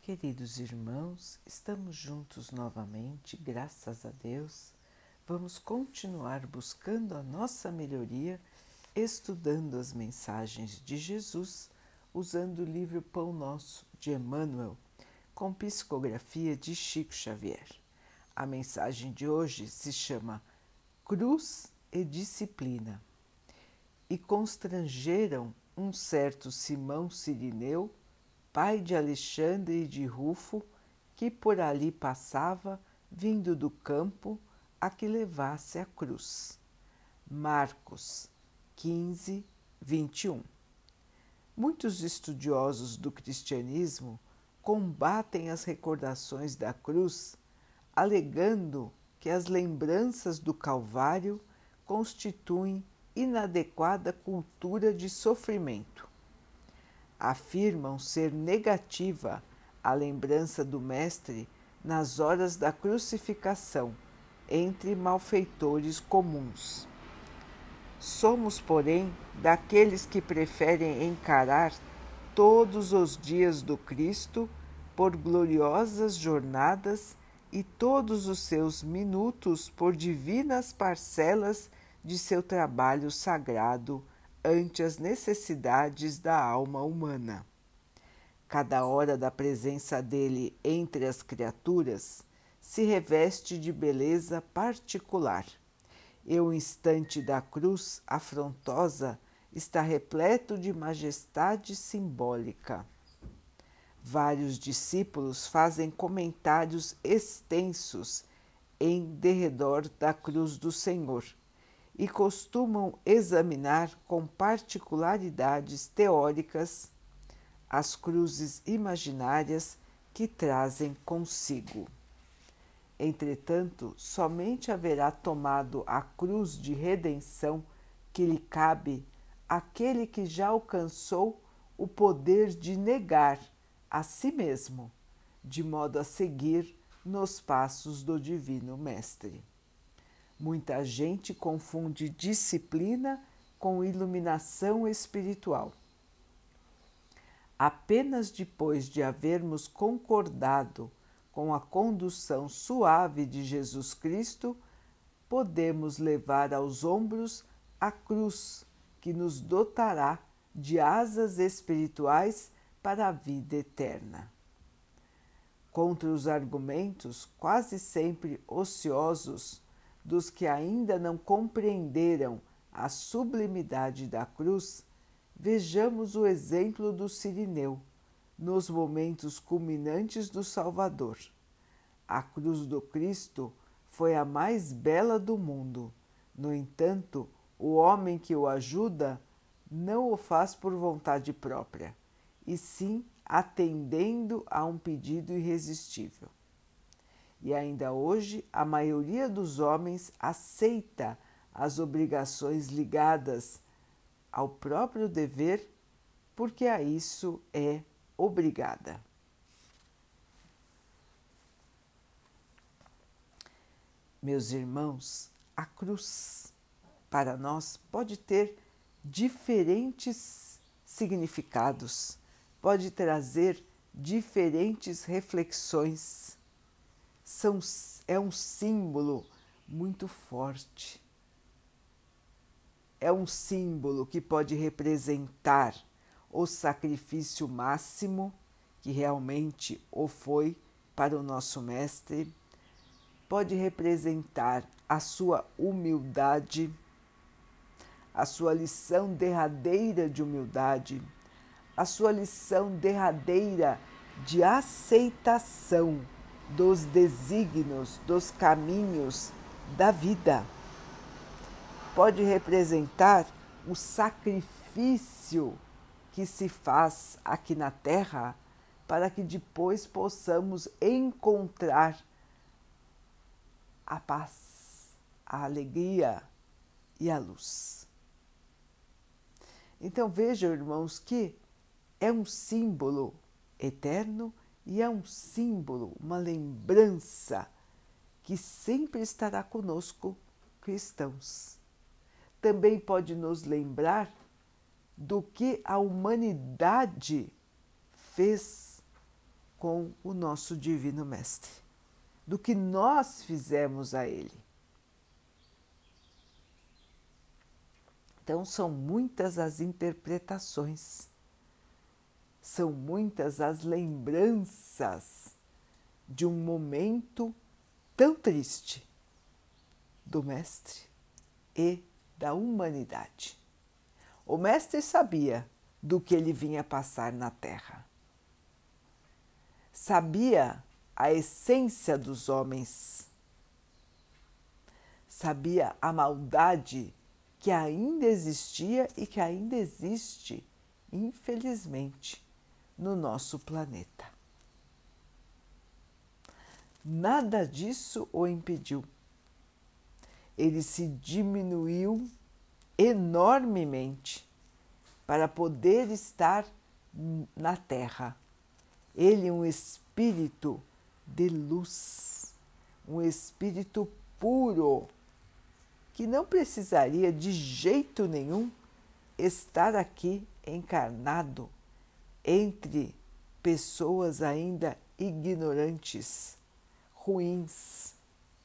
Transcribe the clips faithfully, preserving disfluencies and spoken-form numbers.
Queridos irmãos, estamos juntos novamente, graças a Deus. Vamos continuar buscando a nossa melhoria, estudando as mensagens de Jesus, usando o livro Pão Nosso, de Emmanuel, com psicografia de Chico Xavier. A mensagem de hoje se chama Cruz e Disciplina. E constrangeram um certo Simão Cirineu, pai de Alexandre e de Rufo, que por ali passava, vindo do campo, a que levasse a cruz. Marcos quinze, vinte e um. Muitos estudiosos do cristianismo combatem as recordações da cruz, alegando que as lembranças do Calvário constituem inadequada cultura de sofrimento. Afirmam ser negativa a lembrança do Mestre nas horas da crucificação, entre malfeitores comuns. Somos, porém, daqueles que preferem encarar todos os dias do Cristo por gloriosas jornadas e todos os seus minutos por divinas parcelas de seu trabalho sagrado ante as necessidades da alma humana. Cada hora da presença dele entre as criaturas se reveste de beleza particular, e o instante da cruz afrontosa está repleto de majestade simbólica. Vários discípulos fazem comentários extensos em derredor da cruz do Senhor e costumam examinar com particularidades teóricas as cruzes imaginárias que trazem consigo. Entretanto, somente haverá tomado a cruz de redenção que lhe cabe aquele que já alcançou o poder de negar a si mesmo, de modo a seguir nos passos do Divino Mestre. Muita gente confunde disciplina com iluminação espiritual. Apenas depois de havermos concordado com a condução suave de Jesus Cristo, podemos levar aos ombros a cruz que nos dotará de asas espirituais para a vida eterna. Contra os argumentos, quase sempre ociosos, dos que ainda não compreenderam a sublimidade da cruz, vejamos o exemplo do Cirineu, nos momentos culminantes do Salvador. A cruz do Cristo foi a mais bela do mundo. No entanto, o homem que o ajuda não o faz por vontade própria, e sim atendendo a um pedido irresistível. E ainda hoje, a maioria dos homens aceita as obrigações ligadas ao próprio dever, porque a isso é obrigada. Meus irmãos, a cruz para nós pode ter diferentes significados, pode trazer diferentes reflexões. São, é um símbolo muito forte. É um símbolo que pode representar o sacrifício máximo, que realmente o foi para o nosso Mestre, pode representar a sua humildade, a sua lição derradeira de humildade, a sua lição derradeira de aceitação dos desígnios, dos caminhos da vida. Pode representar o sacrifício que se faz aqui na Terra para que depois possamos encontrar a paz, a alegria e a luz. Então vejam, irmãos, que é um símbolo eterno e é um símbolo, uma lembrança que sempre estará conosco, cristãos. Também pode nos lembrar do que a humanidade fez com o nosso Divino Mestre, do que nós fizemos a Ele. Então, são muitas as interpretações, são muitas as lembranças de um momento tão triste do Mestre e da humanidade. O Mestre sabia do que ele vinha passar na Terra. Sabia a essência dos homens. Sabia a maldade que ainda existia e que ainda existe, infelizmente, no nosso planeta. Nada disso o impediu. Ele se diminuiu enormemente para poder estar na Terra. Ele é um espírito de luz, um espírito puro, que não precisaria de jeito nenhum estar aqui encarnado entre pessoas ainda ignorantes, ruins,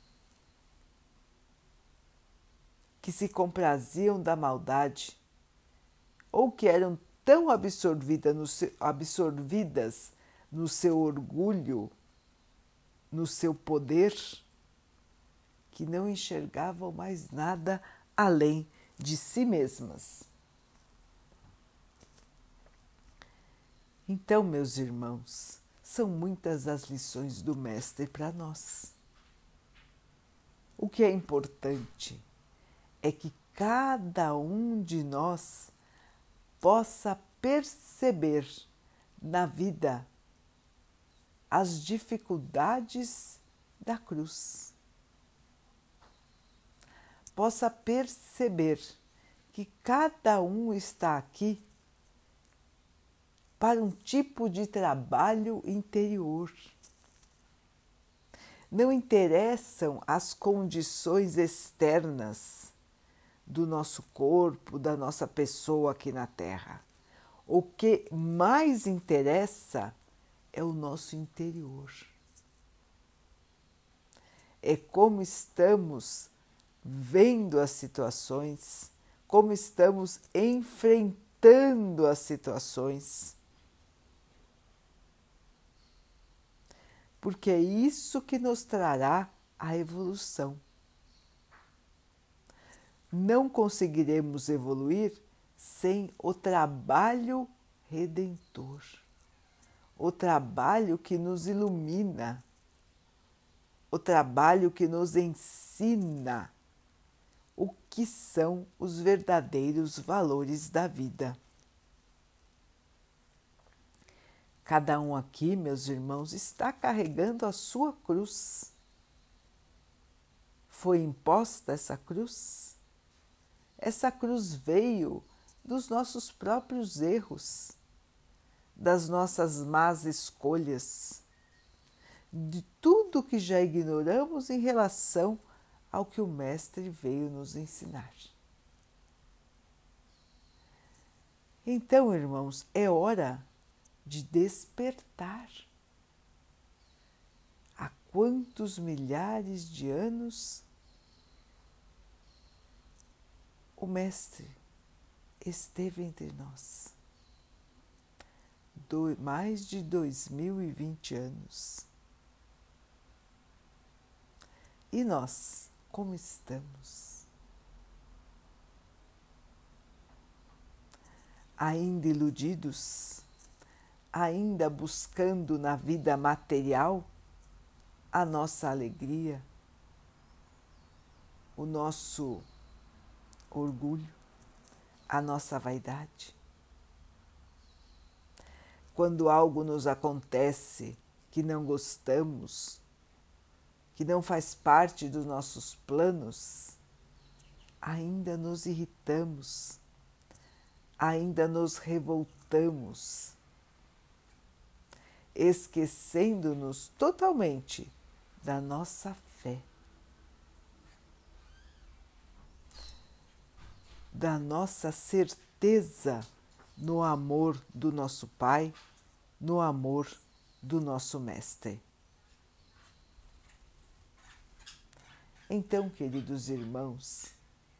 que se compraziam da maldade ou que eram tão absorvidas no seu, absorvidas no seu orgulho, no seu poder, que não enxergavam mais nada além de si mesmas. Então, meus irmãos, são muitas as lições do Mestre para nós. O que é importante é que cada um de nós possa perceber na vida as dificuldades da cruz. Possa perceber que cada um está aqui para um tipo de trabalho interior. Não interessam as condições externas do nosso corpo, da nossa pessoa aqui na Terra. O que mais interessa é o nosso interior. É como estamos vendo as situações, como estamos enfrentando as situações. Porque é isso que nos trará a evolução. Não conseguiremos evoluir sem o trabalho redentor, o trabalho que nos ilumina, o trabalho que nos ensina o que são os verdadeiros valores da vida. Cada um aqui, meus irmãos, está carregando a sua cruz. Foi imposta essa cruz? Essa cruz veio dos nossos próprios erros, das nossas más escolhas, de tudo que já ignoramos em relação ao que o Mestre veio nos ensinar. Então, irmãos, é hora de despertar. Há quantos milhares de anos o Mestre esteve entre nós? Do, mais de dois mil e vinte anos. E nós, como estamos? Ainda iludidos? Ainda buscando na vida material a nossa alegria, o nosso orgulho, a nossa vaidade? Quando algo nos acontece que não gostamos, que não faz parte dos nossos planos, ainda nos irritamos, ainda nos revoltamos, esquecendo-nos totalmente da nossa fé, da nossa certeza no amor do nosso Pai, no amor do nosso Mestre. Então, queridos irmãos,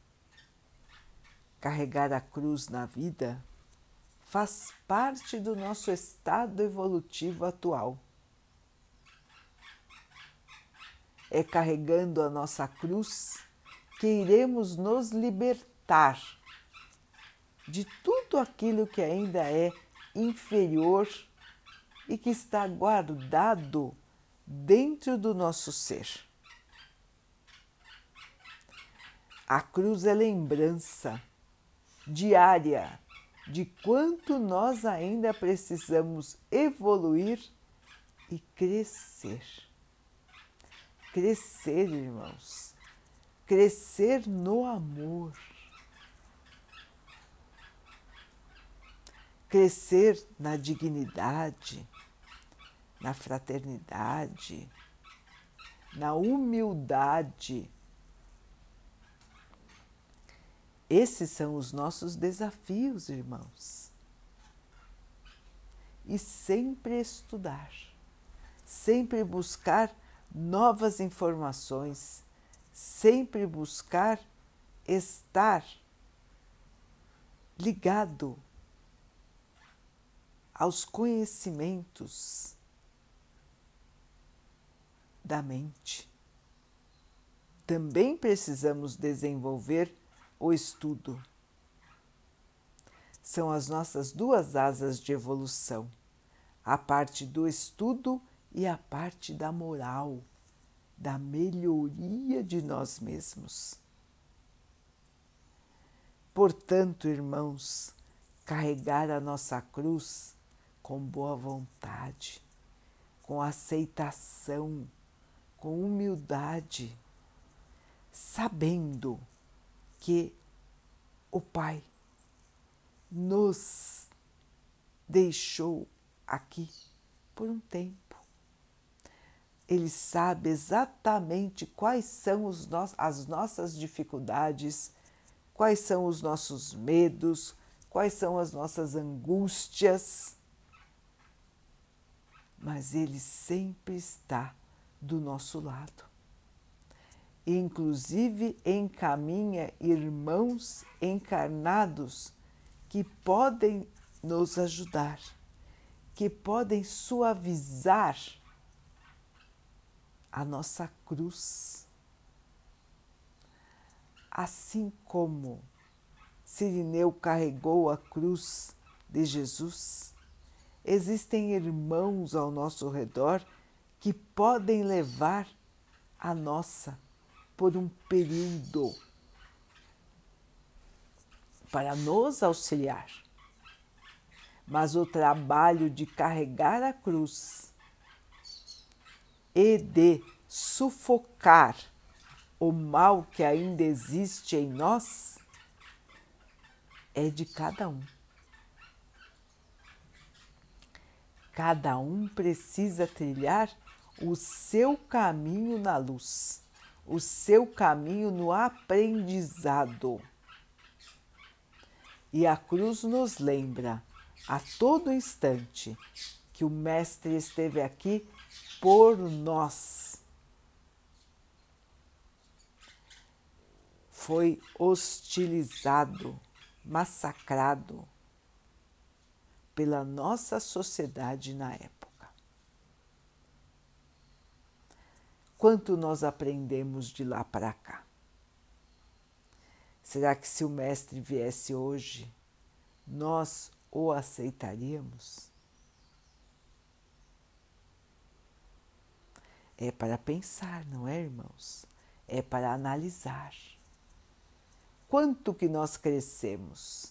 carregar a cruz na vida faz parte do nosso estado evolutivo atual. É carregando a nossa cruz que iremos nos libertar de tudo aquilo que ainda é inferior e que está guardado dentro do nosso ser. A cruz é lembrança diária de quanto nós ainda precisamos evoluir e crescer. Crescer, irmãos, crescer no amor, crescer na dignidade, na fraternidade, na humildade. Esses são os nossos desafios, irmãos. E sempre estudar, sempre buscar novas informações, sempre buscar estar ligado aos conhecimentos da mente. Também precisamos desenvolver o estudo. São as nossas duas asas de evolução, a parte do estudo e a parte da moral, da melhoria de nós mesmos. Portanto, irmãos, carregar a nossa cruz com boa vontade, com aceitação, com humildade, sabendo que o Pai nos deixou aqui por um tempo. Ele sabe exatamente quais são os no- as nossas dificuldades, quais são os nossos medos, quais são as nossas angústias, mas Ele sempre está do nosso lado. E, inclusive, encaminha irmãos encarnados que podem nos ajudar, que podem suavizar a nossa cruz. Assim como Cirineu carregou a cruz de Jesus, existem irmãos ao nosso redor que podem levar a nossa por um período para nos auxiliar. Mas o trabalho de carregar a cruz e de sufocar o mal que ainda existe em nós é de cada um. Cada um precisa trilhar o seu caminho na luz, o seu caminho no aprendizado. E a cruz nos lembra a todo instante que o Mestre esteve aqui por nós. Foi hostilizado, massacrado pela nossa sociedade na época. Quanto nós aprendemos de lá para cá? Será que se o Mestre viesse hoje, nós o aceitaríamos? É para pensar, não é, irmãos? É para analisar. Quanto que nós crescemos?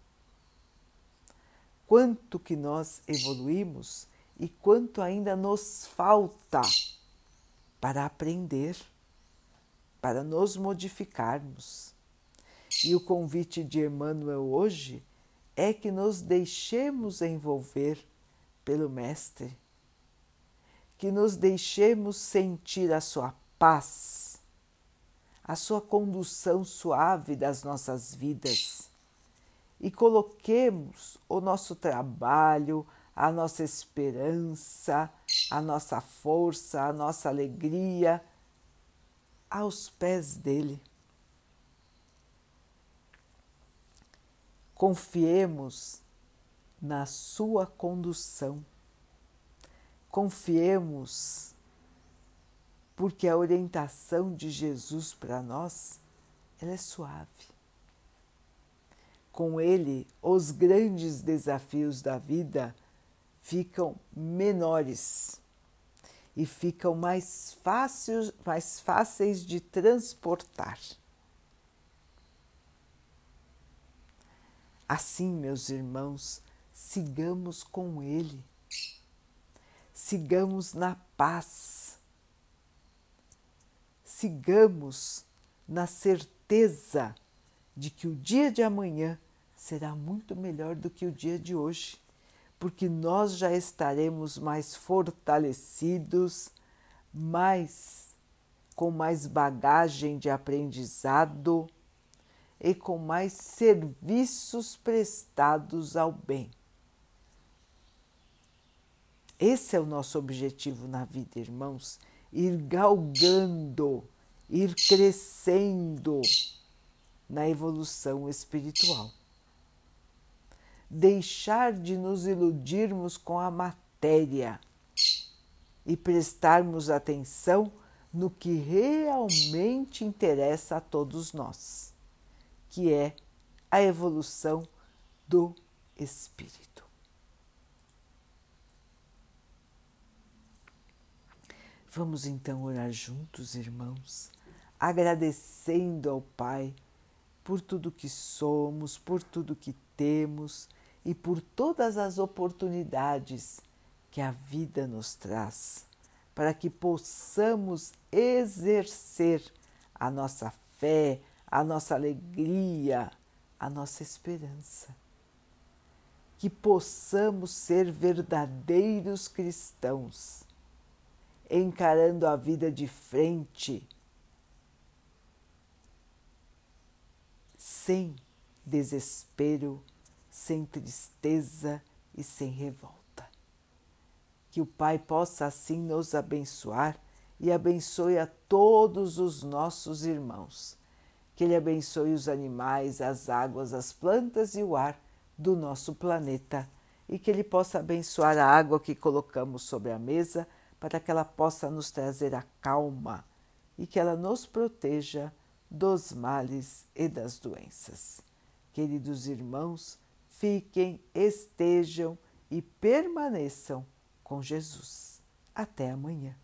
Quanto que nós evoluímos e quanto ainda nos falta para aprender, para nos modificarmos. E o convite de Emmanuel hoje é que nos deixemos envolver pelo Mestre, que nos deixemos sentir a sua paz, a sua condução suave das nossas vidas e coloquemos o nosso trabalho, a nossa esperança, a nossa força, a nossa alegria aos pés dele. Confiemos na sua condução. Confiemos, porque a orientação de Jesus para nós, ela é suave. Com ele, os grandes desafios da vida ficam menores e ficam mais fáceis, mais fáceis de transportar. Assim, meus irmãos, sigamos com ele, sigamos na paz, sigamos na certeza de que o dia de amanhã será muito melhor do que o dia de hoje, porque nós já estaremos mais fortalecidos, mais com mais bagagem de aprendizado e com mais serviços prestados ao bem. Esse é o nosso objetivo na vida, irmãos, ir galgando, ir crescendo na evolução espiritual. Deixar de nos iludirmos com a matéria e prestarmos atenção no que realmente interessa a todos nós, que é a evolução do espírito. Vamos então orar juntos, irmãos, agradecendo ao Pai por tudo que somos, por tudo que temos e por todas as oportunidades que a vida nos traz, para que possamos exercer a nossa fé, a nossa alegria, a nossa esperança. Que possamos ser verdadeiros cristãos, encarando a vida de frente, sem desespero, sem tristeza e sem revolta. Que o Pai possa assim nos abençoar e abençoe a todos os nossos irmãos. Que Ele abençoe os animais, as águas, as plantas e o ar do nosso planeta e que Ele possa abençoar a água que colocamos sobre a mesa para que ela possa nos trazer a calma e que ela nos proteja dos males e das doenças. Queridos irmãos, fiquem, estejam e permaneçam com Jesus. Até amanhã.